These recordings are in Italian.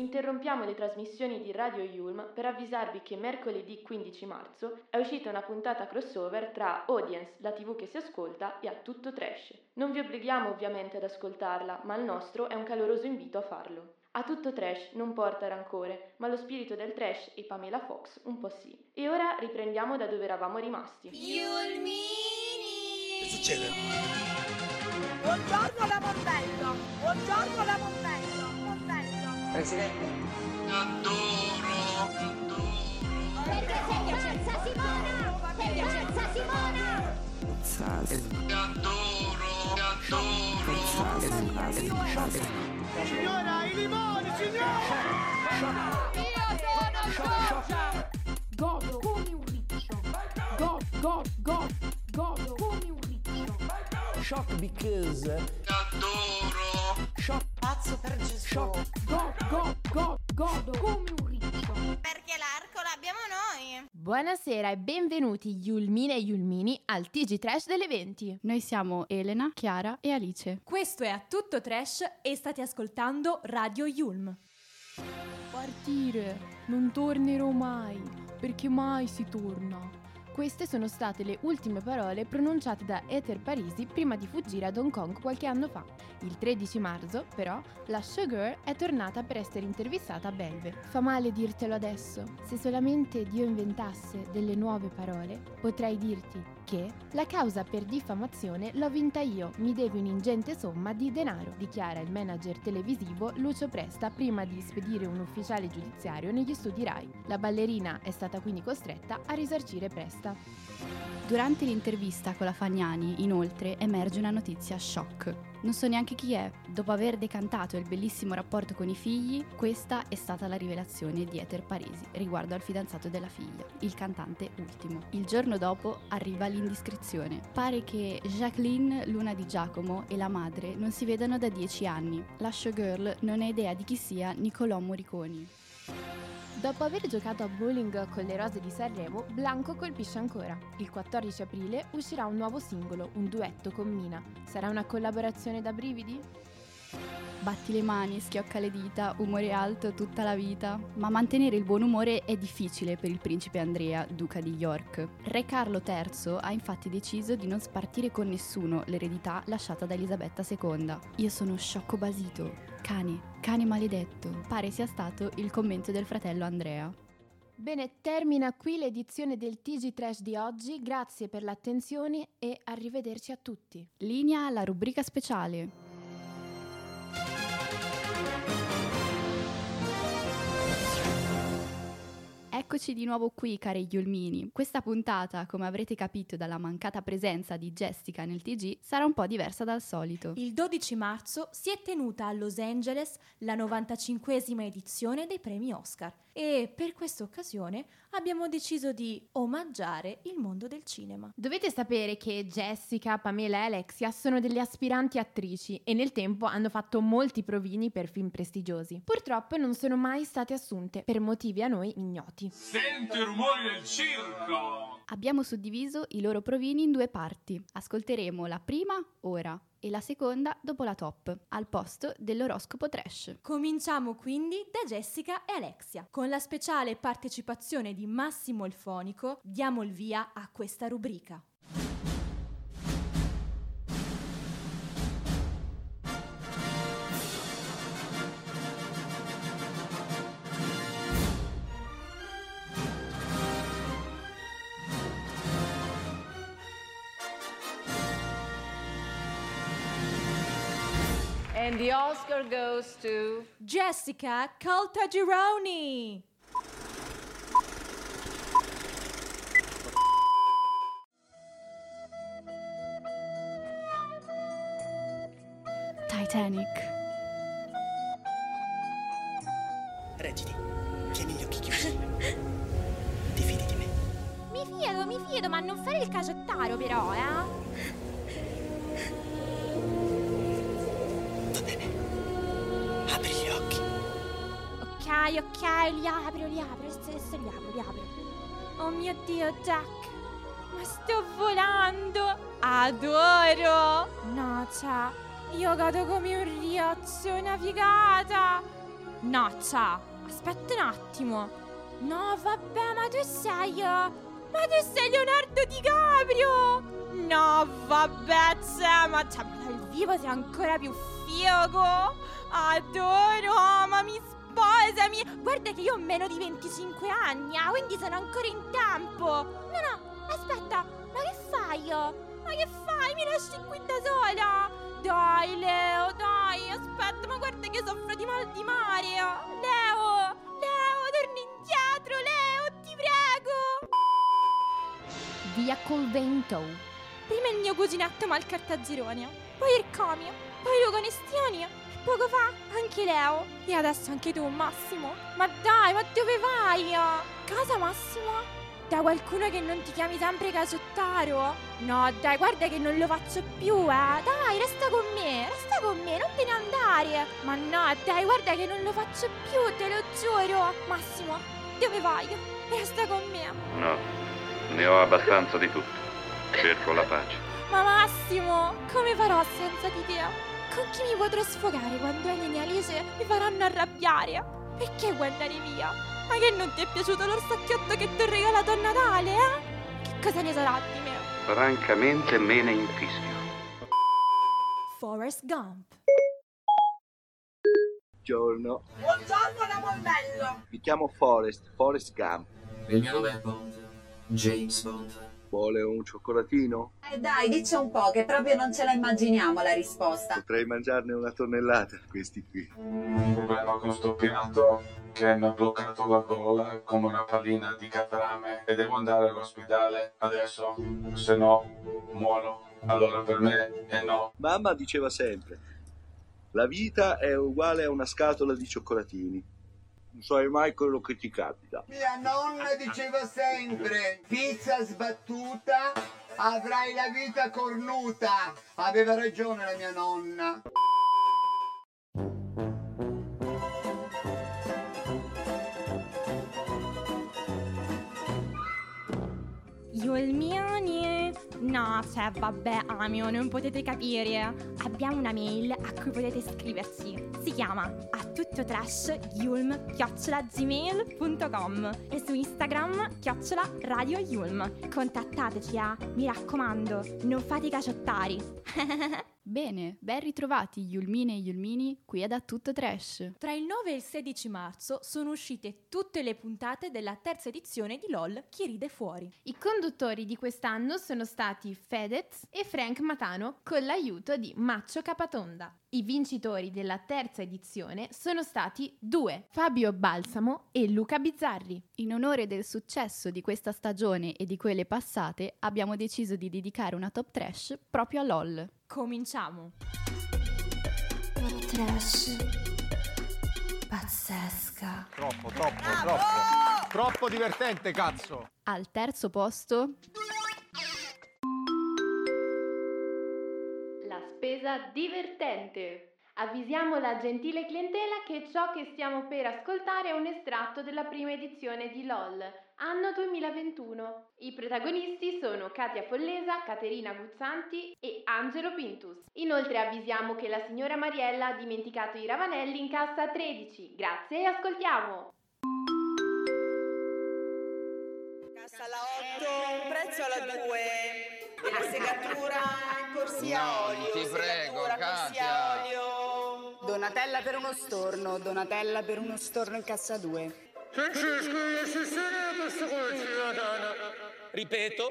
Interrompiamo le trasmissioni di Radio Yulm per avvisarvi che mercoledì 15 marzo è uscita una puntata crossover tra Audience, la TV che si ascolta, e A Tutto Trash. Non vi obblighiamo ovviamente ad ascoltarla, ma il nostro è un caloroso invito a farlo. A Tutto Trash non porta rancore, ma lo spirito del trash e Pamela Fox un po' sì. E ora riprendiamo da dove eravamo rimasti. Yulmini! Che succede? Buongiorno la Mondello! Buongiorno la Mondello! Presidente. Adoro. Perché sei pazza Simona! Sei pazza Simona! Adoro. Signora, i limoni, signora! Io sono Giorgia! Godo come un riccio. Godo come un riccio. Shock because. Adoro. Shock. Pazzo per Gesù! Godo come un riccio. Perché l'arco l'abbiamo noi! Buonasera e benvenuti Yulmine e Yulmini al TG Trash delle 20. Noi siamo Elena, Chiara e Alice. Questo è A Tutto Trash e state ascoltando Radio Yulm. Partire, non tornerò mai, perché mai si torna. Queste sono state le ultime parole pronunciate da Heather Parisi prima di fuggire ad Hong Kong qualche anno fa. Il 13 marzo, però, la showgirl è tornata per essere intervistata a Belve. Fa male dirtelo adesso. Se solamente Dio inventasse delle nuove parole, potrei dirti che la causa per diffamazione l'ho vinta io, mi devi un'ingente somma di denaro, dichiara il manager televisivo Lucio Presta prima di spedire un ufficiale giudiziario negli studi Rai. La ballerina è stata quindi costretta a risarcire Presta. Durante l'intervista con la Fagnani, inoltre, emerge una notizia shock. Non so neanche chi è. Dopo aver decantato il bellissimo rapporto con i figli, questa è stata la rivelazione di Heather Parisi riguardo al fidanzato della figlia, il cantante Ultimo. Il giorno dopo arriva l'indiscrezione. Pare che Jacqueline, Luna di Giacomo, e la madre non si vedano da 10 anni. La showgirl non ha idea di chi sia Niccolò Morriconi. Dopo aver giocato a bowling con le Rose di Sanremo, Blanco colpisce ancora. Il 14 aprile uscirà un nuovo singolo, un duetto con Mina. Sarà una collaborazione da brividi? Batti le mani, schiocca le dita, umore alto tutta la vita. Ma mantenere il buon umore è difficile per il principe Andrea, duca di York. Re Carlo III ha infatti deciso di non spartire con nessuno l'eredità lasciata da Elisabetta II. Io sono sciocco basito. Cane maledetto. Pare sia stato il commento del fratello Andrea. Bene, termina qui l'edizione del TG Trash di oggi. Grazie per l'attenzione e arrivederci a tutti. Linea alla rubrica speciale. Eccoci di nuovo qui, cari Yulmini. Questa puntata, come avrete capito dalla mancata presenza di Jessica nel TG, sarà un po' diversa dal solito. Il 12 marzo si è tenuta a Los Angeles la 95esima edizione dei premi Oscar e per questa occasione abbiamo deciso di omaggiare il mondo del cinema. Dovete sapere che Jessica, Pamela e Alexia sono delle aspiranti attrici e nel tempo hanno fatto molti provini per film prestigiosi. Purtroppo non sono mai state assunte per motivi a noi ignoti. Sento i rumori del circo! Abbiamo suddiviso i loro provini in due parti. Ascolteremo la prima ora e la seconda dopo la top, al posto dell'oroscopo trash. Cominciamo quindi da Jessica e Alexia. Con la speciale partecipazione di Massimo il Fonico diamo il via a questa rubrica. And the Oscar goes to Jessica Caltagirone. Titanic. Reggiti. Tieni gli occhi chiusi. Ti fidi di me? Mi fido, ma non fare il cagettaro però, Va bene. Apri gli occhi. Ok, li apro, adesso li apro. Oh mio Dio, Jack, ma sto volando! Adoro! No, cioè, io godo come un riozzo, una figata! No, ciao, aspetta un attimo. No, vabbè, ma tu sei Leonardo DiCaprio. No, vabbè, ma dal vivo sei ancora più figo. Adoro, amami, sposami. Guarda che io ho meno di 25 anni, quindi sono ancora in tempo. No, aspetta, ma che fai? Mi lasci qui da sola? Dai, Leo, dai, aspetta, ma guarda che soffro di mal di mare. Leo, torni indietro, Leo, ti prego. Via col vento. Prima il mio cuginetto Malcartagirone, poi il Comio, poi Luca Onestiani e poco fa anche Leo. E adesso anche tu, Massimo. Ma dai, ma dove vai? Casa, Massimo? Da qualcuno che non ti chiami sempre Casottaro? No, dai, guarda che non lo faccio più, Dai, resta con me, non te ne andare. Ma no, dai, guarda che non lo faccio più, te lo giuro. Massimo, dove vai? Resta con me. No, ne ho abbastanza di tutto. Cerco la pace. Ma Massimo, come farò senza di te? Con chi mi potrò sfogare quando Elena e Alice mi faranno arrabbiare? Perché vuoi andare via? Ma che non ti è piaciuto l'orsacchiotto che ti ho regalato a Natale, Che cosa ne sarà di me? Francamente me ne infischio. Forrest Gump. Buongiorno. Buongiorno Ramolmello. Mi chiamo Forrest Gump. Il mio nome è Bond, James Bond. Vuole un cioccolatino? Dai, dici un po' che proprio non ce la immaginiamo la risposta. Potrei mangiarne una tonnellata, questi qui. Un problema con sto piatto che mi ha bloccato la gola come una pallina di catrame e devo andare all'ospedale adesso, se no muoro. Allora per me è no. Mamma diceva sempre, la vita è uguale a una scatola di cioccolatini. Non sai mai quello che ti capita. Mia nonna diceva sempre, pizza sbattuta, avrai la vita cornuta. Aveva ragione la mia nonna. Yulmiani. No, cioè vabbè, Amio, non potete capire. Abbiamo una mail a cui potete scriverci. Si chiama @yulm@gmail.com e su Instagram @radioyulm. Contattateci, mi raccomando, non fate i caciottari. Bene, ben ritrovati Yulmine e Yulmini qui ad A Tutto Trash. Tra il 9 e il 16 marzo sono uscite tutte le puntate della terza edizione di LOL Chi ride fuori. I conduttori di quest'anno sono stati Fedez e Frank Matano con l'aiuto di Maccio Capatonda. I vincitori della terza edizione sono stati due, Fabio Balsamo e Luca Bizzarri. In onore del successo di questa stagione e di quelle passate, abbiamo deciso di dedicare una top trash proprio a LOL. Cominciamo! Top trash pazzesca. Troppo divertente, cazzo! Al terzo posto... La spesa divertente. Avvisiamo la gentile clientela che ciò che stiamo per ascoltare è un estratto della prima edizione di LOL, anno 2021. I protagonisti sono Katia Follesa, Caterina Guzzanti e Angelo Pintus. Inoltre avvisiamo che la signora Mariella ha dimenticato i ravanelli in cassa 13. Grazie e ascoltiamo! Cassa alla 8, prezzo alla 2. La segatura corsia olio. Ti prego, Katia. Olio. Donatella per uno storno, Donatella per uno storno in cassa 2. Ripeto.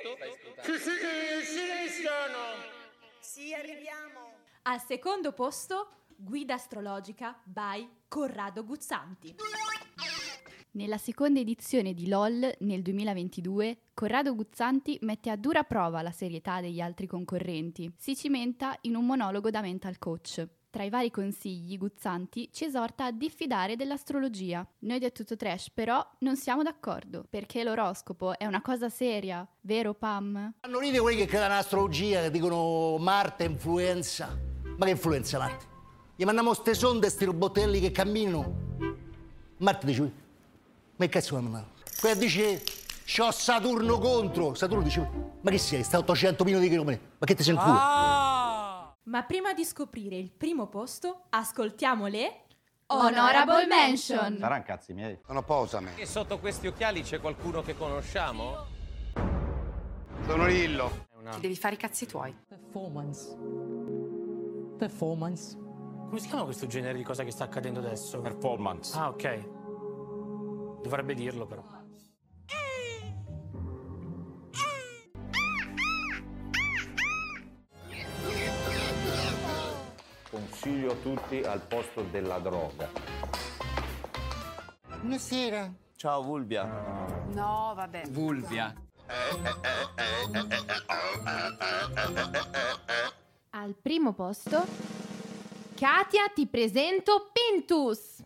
Sì, arriviamo. Al secondo posto, Guida astrologica by Corrado Guzzanti. Nella seconda edizione di LOL, nel 2022, Corrado Guzzanti mette a dura prova la serietà degli altri concorrenti. Si cimenta in un monologo da mental coach. Tra i vari consigli, Guzzanti ci esorta a diffidare dell'astrologia. Noi di A Tutto Trash, però, non siamo d'accordo, perché l'oroscopo è una cosa seria, vero Pam? Hanno ride quelli che credono all'astrologia, che dicono Marte influenza. Ma che influenza Marte? Gli mandiamo ste sonde, sti robottelli che camminano. Marte dice... Ma che cazzo mi Quella dice, c'ho Saturno contro. Saturno dice, ma che sei? Sta a 800 milioni di chilometri. Ma che ti sei in culo? Ma prima di scoprire il primo posto, ascoltiamo le Honorable mention. Saranno cazzi miei. Sono posame. E sotto questi occhiali c'è qualcuno che conosciamo? Sono Lillo. Ti devi fare i cazzi tuoi. Performance. Come si chiama questo genere di cosa che sta accadendo adesso? Performance. Ah, ok. Dovrebbe dirlo, però. Consiglio a tutti al posto della droga. Buonasera. Ciao Vulvia. No, vabbè. Vulvia. Al primo posto, Katia, ti presento Pintus.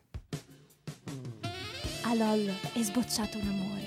A LOL è sbocciato un amore.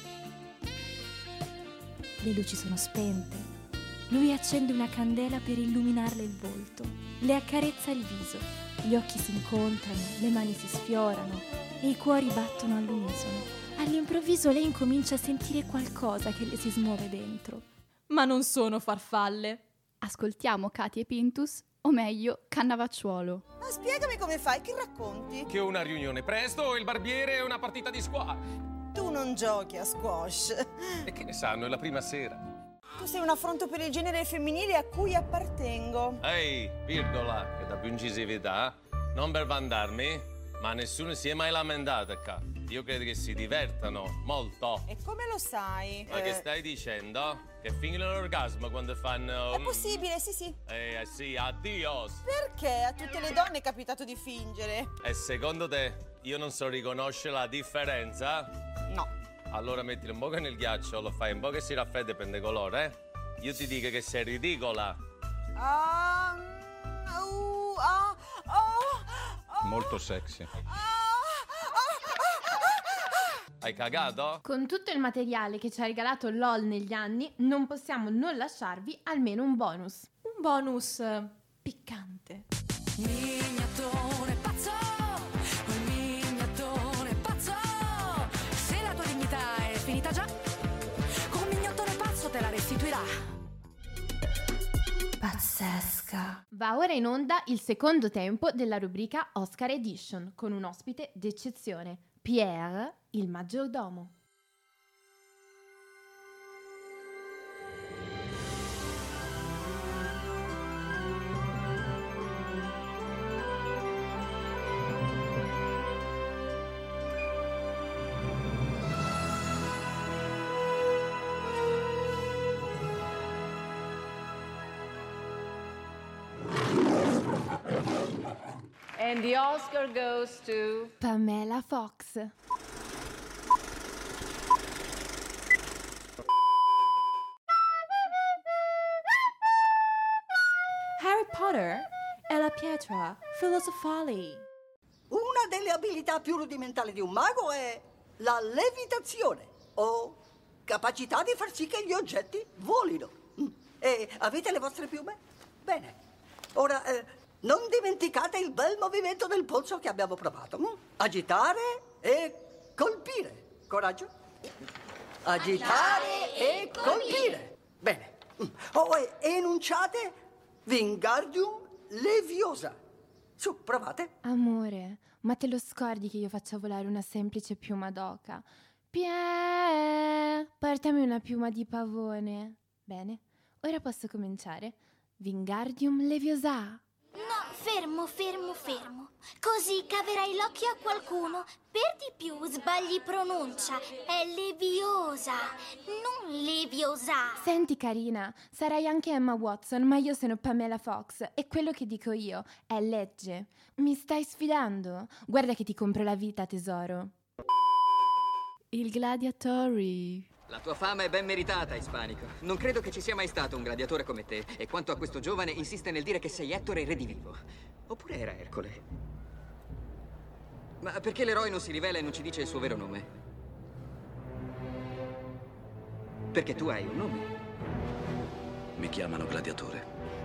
Le luci sono spente. Lui accende una candela per illuminarle il volto. Le accarezza il viso. Gli occhi si incontrano, le mani si sfiorano e i cuori battono all'unisono. All'improvviso lei incomincia a sentire qualcosa che le si smuove dentro. Ma non sono farfalle. Ascoltiamo Katia e Pintus, o meglio, Cannavacciuolo. Ma spiegami come fai, che racconti? Che ho una riunione presto, il barbiere e una partita di squash. Tu non giochi a squash. E che ne sanno, è la prima sera. Tu sei un affronto per il genere femminile a cui appartengo. Ehi, virgola, che da più incisività, non per vantarmi, ma nessuno si è mai lamentato qua. Io credo che si divertano molto. E come lo sai? Ma che stai dicendo? Che fingono l'orgasmo quando fanno... È possibile, sì, sì. Sì, addios. Perché a tutte le donne è capitato di fingere? E secondo te io non so riconoscere la differenza? No. Allora mettilo un po' nel ghiaccio, lo fai un po' che si raffredda e prende colore, Io ti dico che sei ridicola. Molto sexy. Hai cagato? Con tutto il materiale che ci ha regalato LOL negli anni, non possiamo non lasciarvi almeno un bonus. Un bonus piccante. Mignattone pazzo, un mignattone pazzo. Se la tua dignità è finita già, con un mignattone pazzo te la restituirà. Pazzesca. Va ora in onda il secondo tempo della rubrica Oscar Edition, con un ospite d'eccezione, Pierre, il maggiordomo. And the Oscar goes to Pamela Fox. Harry Potter e la pietra filosofale. Una delle abilità più rudimentali di un mago è la levitazione, o capacità di far sì che gli oggetti volino. E avete le vostre piume? Bene. Ora, non dimenticate il bel movimento del polso che abbiamo provato. Agitare e colpire. Coraggio. Agitare e colpire. Bene. E enunciate Wingardium Leviosa. Su, provate. Amore, ma te lo scordi che io faccio volare una semplice piuma d'oca? Portami una piuma di pavone. Bene, ora posso cominciare. Wingardium Leviosa. No, fermo. Così caverai l'occhio a qualcuno. Per di più sbagli pronuncia. È Leviosa, non Leviosa. Senti carina, sarai anche Emma Watson, ma io sono Pamela Fox e quello che dico io è legge. Mi stai sfidando? Guarda che ti compro la vita, tesoro. Il gladiatori. La tua fama è ben meritata, Ispanico. Non credo che ci sia mai stato un gladiatore come te. E quanto a questo giovane, insiste nel dire che sei Ettore redivivo. Oppure era Ercole? Ma perché l'eroe non si rivela e non ci dice il suo vero nome? Perché tu hai un nome. Mi chiamano gladiatore.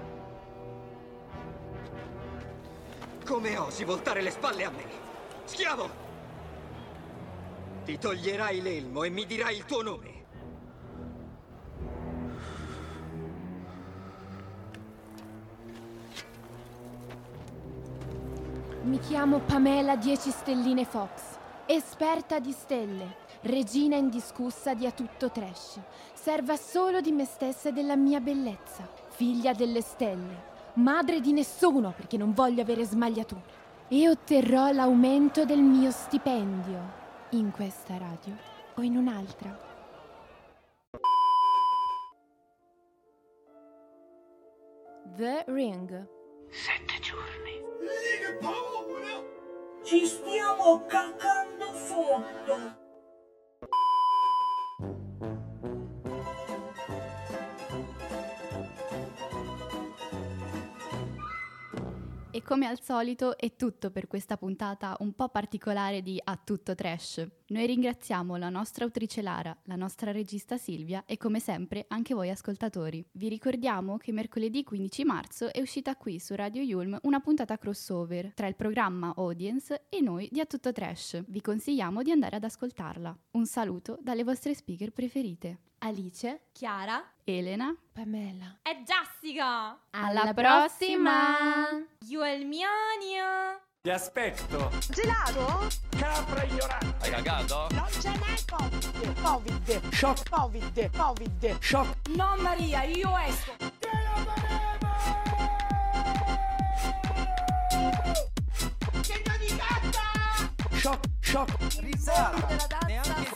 Come osi voltare le spalle a me? Schiavo! Ti toglierai l'elmo e mi dirai il tuo nome. Mi chiamo Pamela 10 stelline Fox, esperta di stelle, regina indiscussa di A Tutto Trash, serva solo di me stessa e della mia bellezza, figlia delle stelle, madre di nessuno perché non voglio avere smagliature. E otterrò l'aumento del mio stipendio in questa radio o in un'altra. The Ring. 7 giorni. Che paura! Ci stiamo cacando sotto. E come al solito è tutto per questa puntata un po' particolare di A Tutto Trash. Noi ringraziamo la nostra autrice Lara, la nostra regista Silvia e come sempre anche voi ascoltatori. Vi ricordiamo che mercoledì 15 marzo è uscita qui su Radio Yulm una puntata crossover tra il programma Audience e noi di A Tutto Trash. Vi consigliamo di andare ad ascoltarla. Un saluto dalle vostre speaker preferite. Alice, Chiara, Elena, Pamela e Jessica. Alla prossima! Io e il Miania. Ti aspetto. Gelato? Capra ignorante. Hai cagato? Non ce n'è Covid. Covid. Shock. Covid. Covid. Shock. No Maria, io esco. Che non di gatta! Shock. Shock. Risata. Neanche